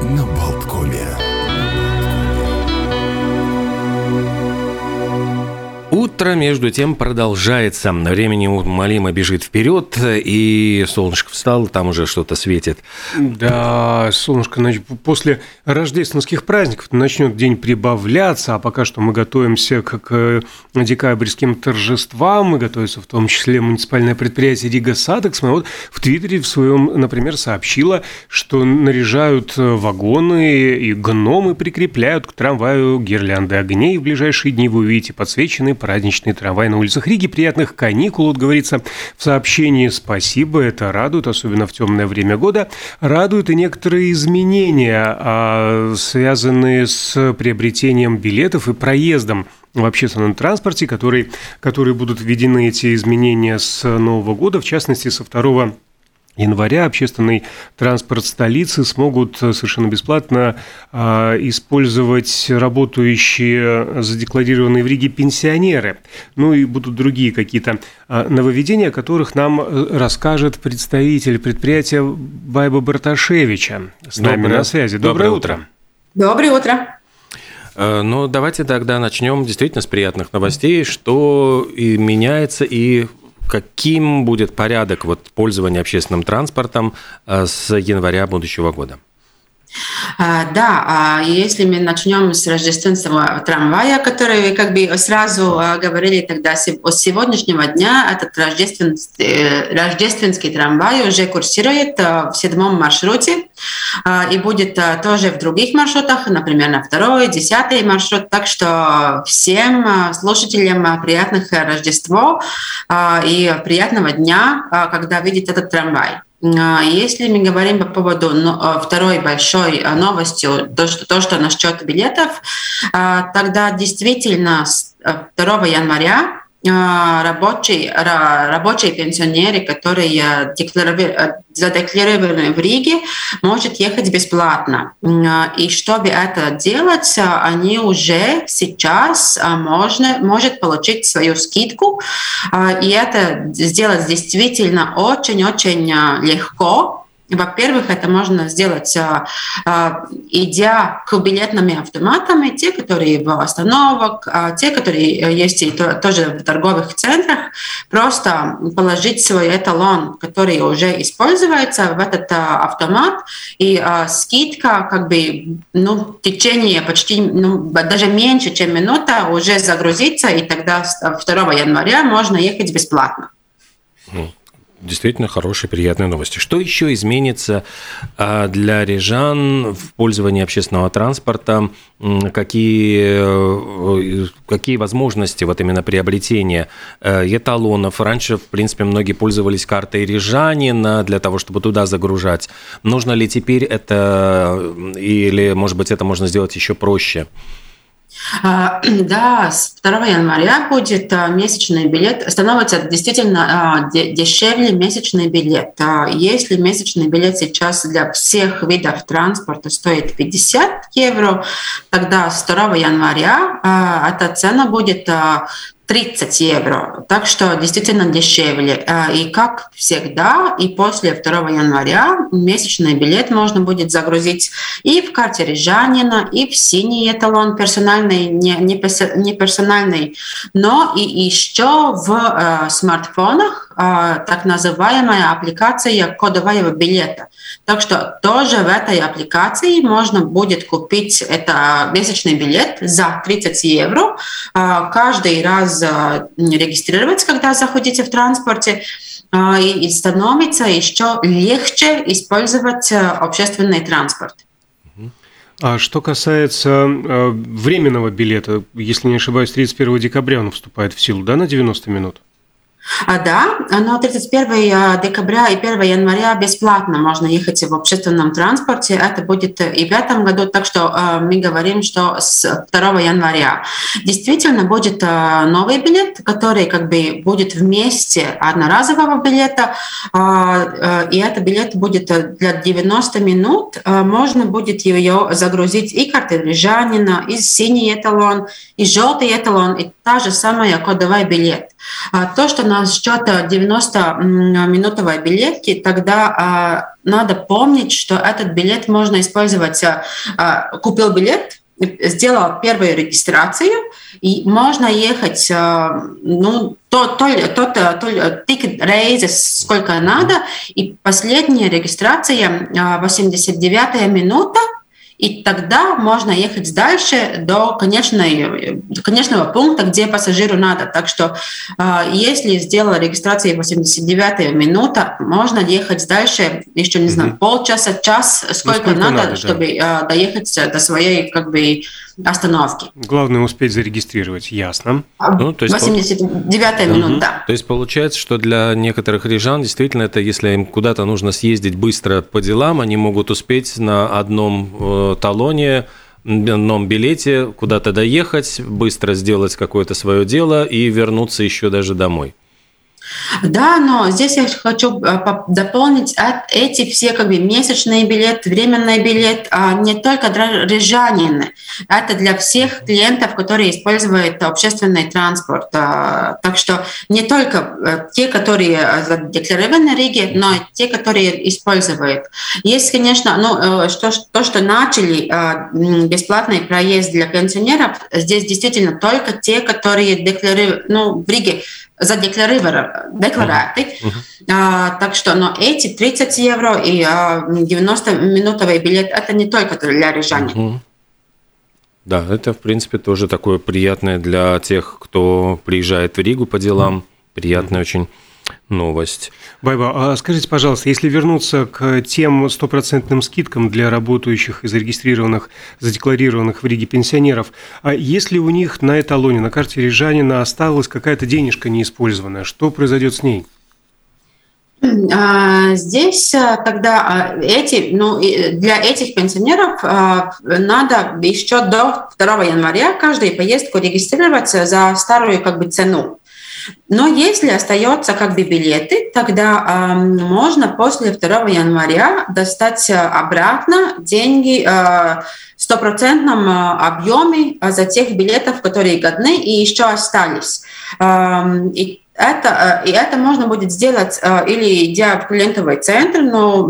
на Болткоме. Утро, между тем, продолжается. Время неумолимо бежит вперед, и солнышко встало, там уже что-то светит. Да, солнышко после рождественских праздников начнет день прибавляться, а пока что мы готовимся к декабрьским торжествам, и готовится в том числе муниципальное предприятие Рига Сатекс. Вот в Твиттере в своем, например, сообщила, что наряжают вагоны и гномы прикрепляют к трамваю гирлянды огней. В ближайшие дни вы увидите подсвеченный праздничный трамвай на улицах Риги. Приятных каникул, вот говорится в сообщении. Спасибо, это радует, особенно в темное время года. Радуют и некоторые изменения, связанные с приобретением билетов и проездом в общественном транспорте, которые будут введены, эти изменения, с Нового года. В частности, со 2 января общественный транспорт столицы смогут совершенно бесплатно использовать работающие, задекларированные в Риге пенсионеры. Ну и будут другие какие-то нововведения, о которых нам расскажет представитель предприятия Байба Барташевича. С нами на связи. Доброе утро. Доброе утро. Ну, давайте тогда начнем действительно с приятных новостей, что и меняется, и каким будет порядок пользования общественным транспортом с января будущего года? Да, если мы начнем с рождественского трамвая, который сразу говорили тогда, с сегодняшнего дня этот рождественский трамвай уже курсирует в 7-м маршруте и будет тоже в других маршрутах, например, на 2-й, 10-й маршрут. Так что всем слушателям приятных Рождества и приятного дня, когда видят этот трамвай. Если мы говорим по поводу второй большой новостью, то, что насчет билетов, тогда действительно с 2 января рабочие пенсионеры, которые задекларированы в Риге, могут ехать бесплатно. И чтобы это делать, они уже сейчас может получить свою скидку. И это сделать действительно очень-очень легко. Во-первых, это можно сделать, идя к билетным автоматам, те, которые в остановках, те, которые есть и тоже в торговых центрах, просто положить свой эталон, который уже используется, в этот автомат, и скидка в течение почти, даже меньше, чем минута уже загрузится, и тогда 2 января можно ехать бесплатно. Действительно хорошие, приятные новости. Что еще изменится для рижан в пользовании общественного транспорта? Какие возможности именно приобретения эталонов? Раньше, в принципе, многие пользовались картой рижанина для того, чтобы туда загружать. Нужно ли теперь это, или, может быть, это можно сделать еще проще? Да, с 2 января будет месячный билет, становится действительно дешевле месячный билет. Если месячный билет сейчас для всех видов транспорта стоит 50 евро, тогда с 2 января эта цена будет 30 евро, так что действительно дешевле. И как всегда, и после 2 января месячный билет можно будет загрузить и в карте рижанина, и в синий эталон персональный, не персональный, но и еще в смартфонах так называемая аппликация кодового билета. Так что тоже в этой аппликации можно будет купить это месячный билет за 30 евро, каждый раз регистрировать, когда заходите в транспорте, и становится еще легче использовать общественный транспорт. А что касается временного билета, если не ошибаюсь, 31 декабря он вступает в силу, да, на 90 минут? Да, но 31 декабря и 1 января бесплатно можно ехать в общественном транспорте. Это будет и в этом году, так что мы говорим, что с 2 января. Действительно будет новый билет, который будет вместе одноразового билета, и этот билет будет для 90 минут. Можно будет ее загрузить и картой рижанина, и синий эталон, и желтый эталон, и та же самая кодовый билет. То, что насчет 90-минутовой билетки, тогда надо помнить, что этот билет можно использовать. Купил билет, сделал первую регистрацию, и можно ехать тот тикет рейзes, сколько надо, и последняя регистрация 89-я минута, и тогда можно ехать дальше до конечного пункта, где пассажиру надо. Так что, если сделала регистрацию 89-я минута, можно ехать дальше еще, не знаю, полчаса, час, сколько надо, чтобы доехать до своей остановки. Главное успеть зарегистрировать, ясно. 89-я минута, да. То есть получается, что для некоторых рижан действительно это, если им куда-то нужно съездить быстро по делам, они могут успеть на одном талоне, одном билете куда-то доехать, быстро сделать какое-то свое дело и вернуться еще даже домой. Да, но здесь я хочу дополнить эти все месячные билеты, временный билет, не только для рижанина, это для всех клиентов, которые используют общественный транспорт. Так что не только те, которые задекларированы в Риге, но и те, которые используют. Есть, конечно, то, что начали бесплатный проезд для пенсионеров, здесь действительно только те, которые в Риге задекларированы. Так что, но эти 30 евро и 90-минутовый билет, это не только для рижанина. Да, это, в принципе, тоже такое приятное для тех, кто приезжает в Ригу по делам. Приятная очень новость. Байба, а скажите, пожалуйста, если вернуться к тем 100% скидкам для работающих и зарегистрированных, задекларированных в Риге пенсионеров, а если у них на эталоне, на карте рижанина осталась какая-то денежка неиспользованная, что произойдет с ней? Здесь тогда для этих пенсионеров надо еще до 2 января каждую поездку регистрироваться за старую цену. Но если остается билеты, тогда можно после 2 января достать обратно деньги в 100% объеме за тех билетов, которые годны и еще остались. И это можно будет сделать или идя в клиентовый центр, но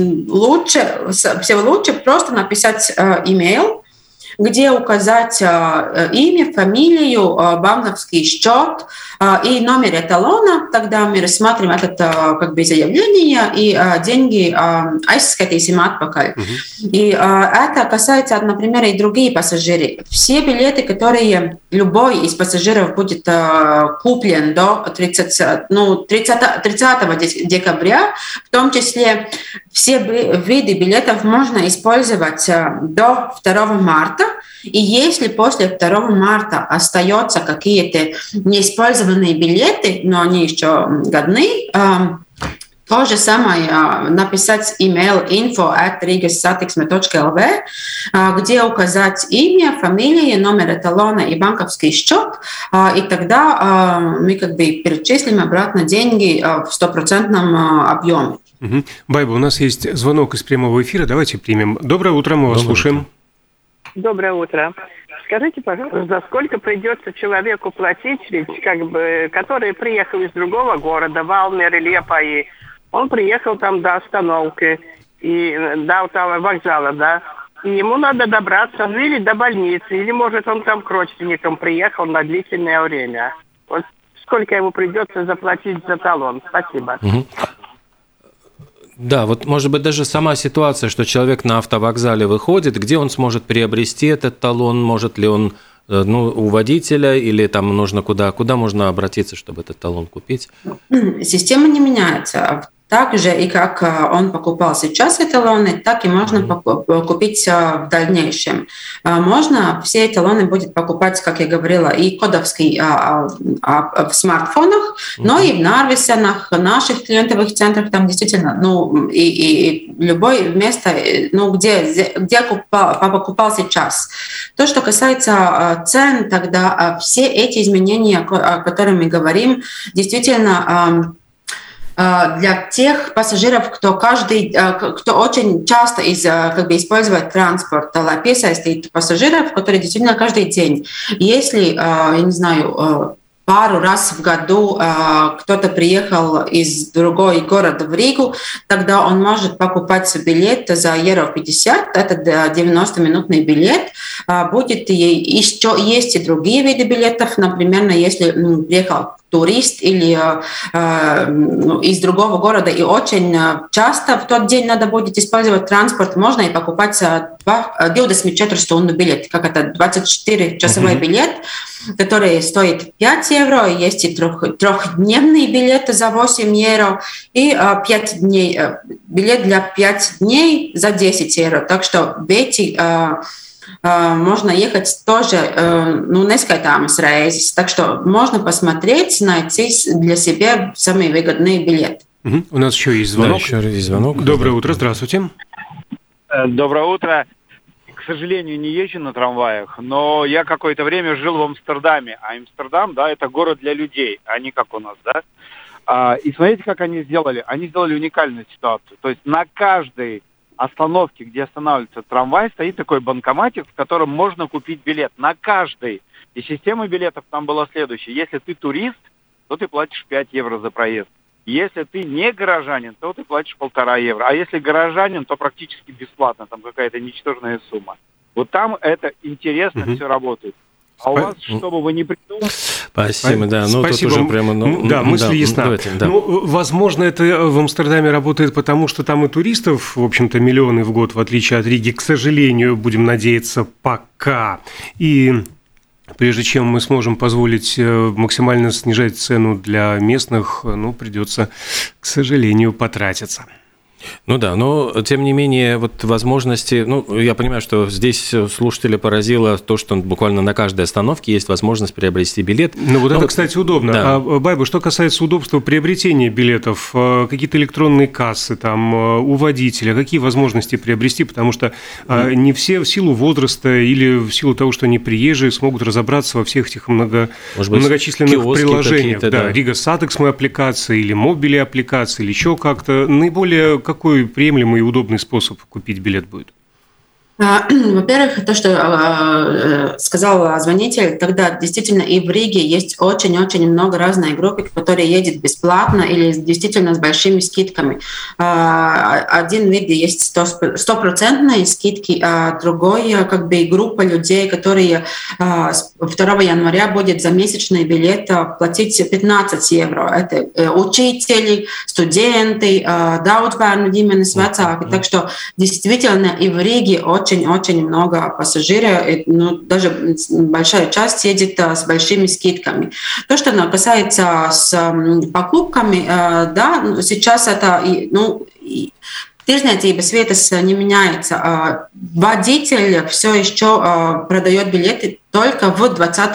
всего лучше просто написать имейл, где указать имя, фамилию, банковский счет и номер эталона. Тогда мы рассматриваем это заявление, и деньги aizskatīsim atpakaļ. И это касается, например, и другие пассажиры. Все билеты, которые любой из пассажиров будет куплен до 30 декабря, в том числе все виды билетов можно использовать до 2 марта. И если после 2 марта остаются какие-то неиспользованные билеты, но они еще годны, то же самое написать email info@rigassatiksme.lv, где указать имя, фамилия, номер эталона и банковский счет, и тогда мы перечислим обратно деньги в 100% объеме. Байба, у нас есть звонок из прямого эфира, давайте примем. Доброе утро, мы вас слушаем. Доброе утро. Скажите, пожалуйста, за сколько придется человеку платить, ведь который приехал из другого города, Валмер или Лепаи, он приехал там до остановки и до вокзала, да, и ему надо добраться или до больницы, или, может, он там к родственникам приехал на длительное время. Вот сколько ему придется заплатить за талон? Спасибо. Да, вот может быть даже сама ситуация, что человек на автовокзале выходит, где он сможет приобрести этот талон, может ли он у водителя или там нужно куда можно обратиться, чтобы этот талон купить? Система не меняется. Так же, и как он покупал сейчас эталоны, так и можно купить в дальнейшем. Можно все эталоны будет покупать, как я говорила, и кодовский в смартфонах, но и в Нарвесенах, наших клиентовых центрах, там действительно, и любое место, где покупал сейчас. То, что касается цен, тогда все эти изменения, о которых мы говорим, действительно для тех пассажиров, кто очень часто использует транспорт, пiesaistīt пассажиров, которые действительно каждый день. Если, я не знаю, пару раз в году кто-то приехал из другой города в Ригу, тогда он может покупать билет за евро 50, это 90-минутный билет. Будет еще есть и другие виды билетов, например, если приехал турист или из другого города, и очень часто в тот день надо будет использовать транспорт, можно и покупать 24 stundu билет, как это 24-часовой билет, который стоит 5 евро, есть и трехдневный билет за 8 евро, и 5 дней, билет для 5 дней за 10 евро. Так что в эти можно ехать тоже, нескaitāmas reizes. Так что можно посмотреть, найти для себя самый выгодный билет. У нас еще есть звонок. Да, еще есть звонок. Доброе утро, здравствуйте. Доброе утро. К сожалению, не езжу на трамваях, но я какое-то время жил в Амстердаме. А Амстердам, да, это город для людей, а не как у нас, да. И смотрите, как они сделали. Они сделали уникальную ситуацию. То есть на каждой остановке, где останавливается трамвай, стоит такой банкоматик, в котором можно купить билет. На каждой. И система билетов там была следующая. Если ты турист, то ты платишь 5 евро за проезд. Если ты не горожанин, то ты платишь 1,5 евро. А если горожанин, то практически бесплатно. Там какая-то ничтожная сумма. Вот там это интересно все работает. А у вас, чтобы вы не придумали... Спасибо, да. Ну, Спасибо. Тут уже прямо, да, мысль ясна. Давайте, да. Возможно, это в Амстердаме работает потому, что там и туристов, в общем-то, миллионы в год, в отличие от Риги, к сожалению, будем надеяться, пока. И прежде чем мы сможем позволить максимально снижать цену для местных, придется, к сожалению, потратиться. Ну да, но тем не менее, вот возможности, я понимаю, что здесь слушателя поразило то, что буквально на каждой остановке есть возможность приобрести билет. Это, кстати, удобно. Да. Байба, что касается удобства приобретения билетов, какие-то электронные кассы там у водителя, какие возможности приобрести, потому что не все в силу возраста или в силу того, что они приезжие, смогут разобраться во всех этих многочисленных приложениях. Да. Рига Сатексма аппликация или Мобили аппликация или еще как-то. Наиболее какой приемлемый и удобный способ купить билет будет? Во-первых, то, что сказал звонитель, тогда действительно и в Риге есть очень-очень много разной группы, которые едут бесплатно или действительно с большими скидками. Один вид есть 100% скидки, а другой группа людей, которые 2 января будет за месячный билет платить 15 евро. Это учители, студенты, daudz-bērnu ģimenes vecāki. Так что действительно и в Риге очень много пассажиров, даже большая часть едет с большими скидками. То, что касается с покупками, да, сейчас это, tirzniecības vietas не меняется. Водитель все еще продает билеты только в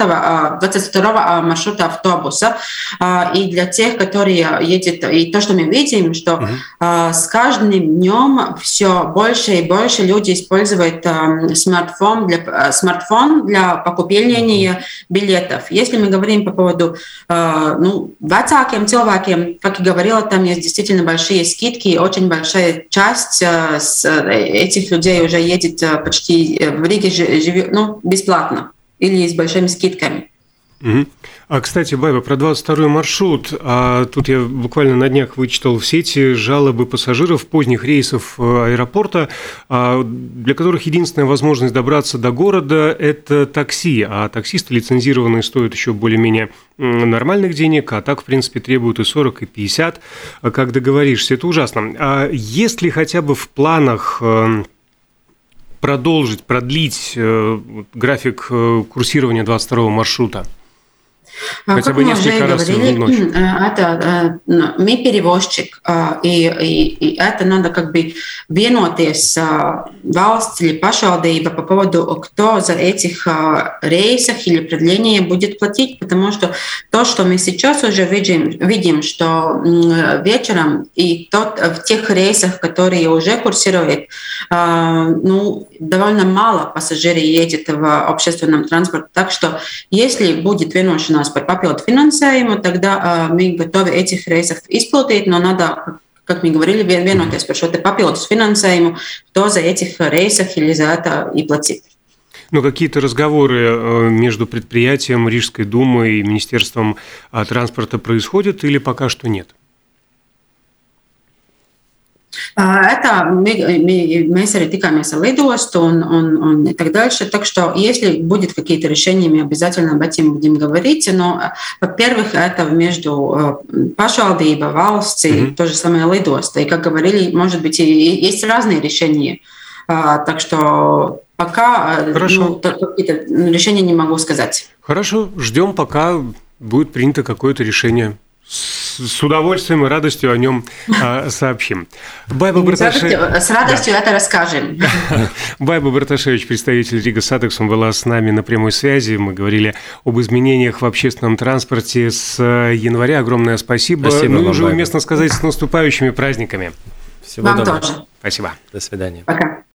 22 маршрута автобуса. И для тех, которые едут, и то, что мы видим, что с каждым днем все больше и больше люди используют смартфон для покупления билетов. Если мы говорим по поводу вecākiem cilvēkiem, как я говорила, там есть действительно большие скидки, и очень большая часть этих людей уже едет почти в Риге бесплатно или с большими скидками. Кстати, Байба, про 22-й маршрут. Тут я буквально на днях вычитал в сети жалобы пассажиров поздних рейсов аэропорта, для которых единственная возможность добраться до города – это такси. А таксисты лицензированные стоят еще более-менее нормальных денег, а так, в принципе, требуют и 40, и 50, как договоришься. Это ужасно. Есть ли хотя бы в планах продлить график курсирования 22-го маршрута? Хотя бы несколько раз в ночь. Это мы перевозчик, и это надо vienoties valsts или pašvaldība по поводу, кто за этих рейсах или продление будет платить, потому что то, что мы сейчас уже видим, что вечером и в тех рейсах, которые уже курсируют, довольно мало пассажиров едет в общественном транспорте, так что если будет vienošanās par papildu finansējumu, тогда мы готовы этих рейсов исполнить, но надо, как мы говорили, vienoties par šo papildus finansējumu, кто за этих рейсах или за это и платит. Но какие-то разговоры между предприятием, Рижской думой и Министерством транспорта происходят или пока что нет? Это мы tikāmies ar lidostu un и так дальше. Так что, если будет какие-то решения, мы обязательно об этом будем говорить. Но, во-первых, это между pašvaldība, valsts и то же самое lidosta. И, как говорили, может быть, и есть разные решения. Так что пока какие-то решения не могу сказать. Хорошо, ждем, пока будет принято какое-то решение. С удовольствием и радостью о нем сообщим. Байба Барташевич... С радостью это расскажем. Байба Барташевич, представитель Рига Сатекс, он была с нами на прямой связи. Мы говорили об изменениях в общественном транспорте с января. Огромное спасибо. Ну и уже уместно сказать, с наступающими праздниками. Всего доброго. Вам тоже. Спасибо. До свидания. Пока.